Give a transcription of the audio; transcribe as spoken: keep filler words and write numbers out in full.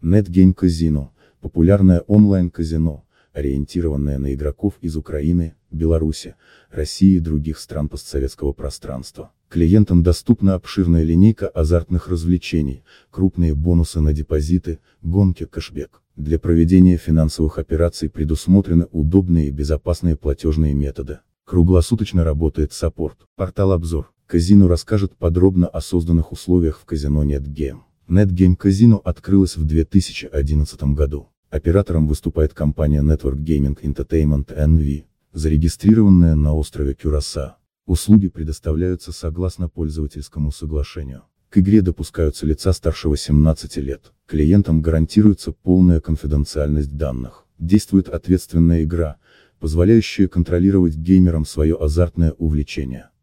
NetGame Casino – популярное онлайн-казино, ориентированное на игроков из Украины, Беларуси, России и других стран постсоветского пространства. Клиентам доступна обширная линейка азартных развлечений, крупные бонусы на депозиты, гонки, кэшбэк. Для проведения финансовых операций предусмотрены удобные и безопасные платежные методы. Круглосуточно работает саппорт. Портал Обзор. Казино расскажет подробно о созданных условиях в казино NetGame. NetGame Casino открылось в две тысячи одиннадцатом году. Оператором выступает компания Network Gaming Entertainment эн ви, зарегистрированная на острове Кюрасао. Услуги предоставляются согласно пользовательскому соглашению. К игре допускаются лица старше восемнадцати лет. Клиентам гарантируется полная конфиденциальность данных. Действует ответственная игра, позволяющая контролировать геймерам свое азартное увлечение.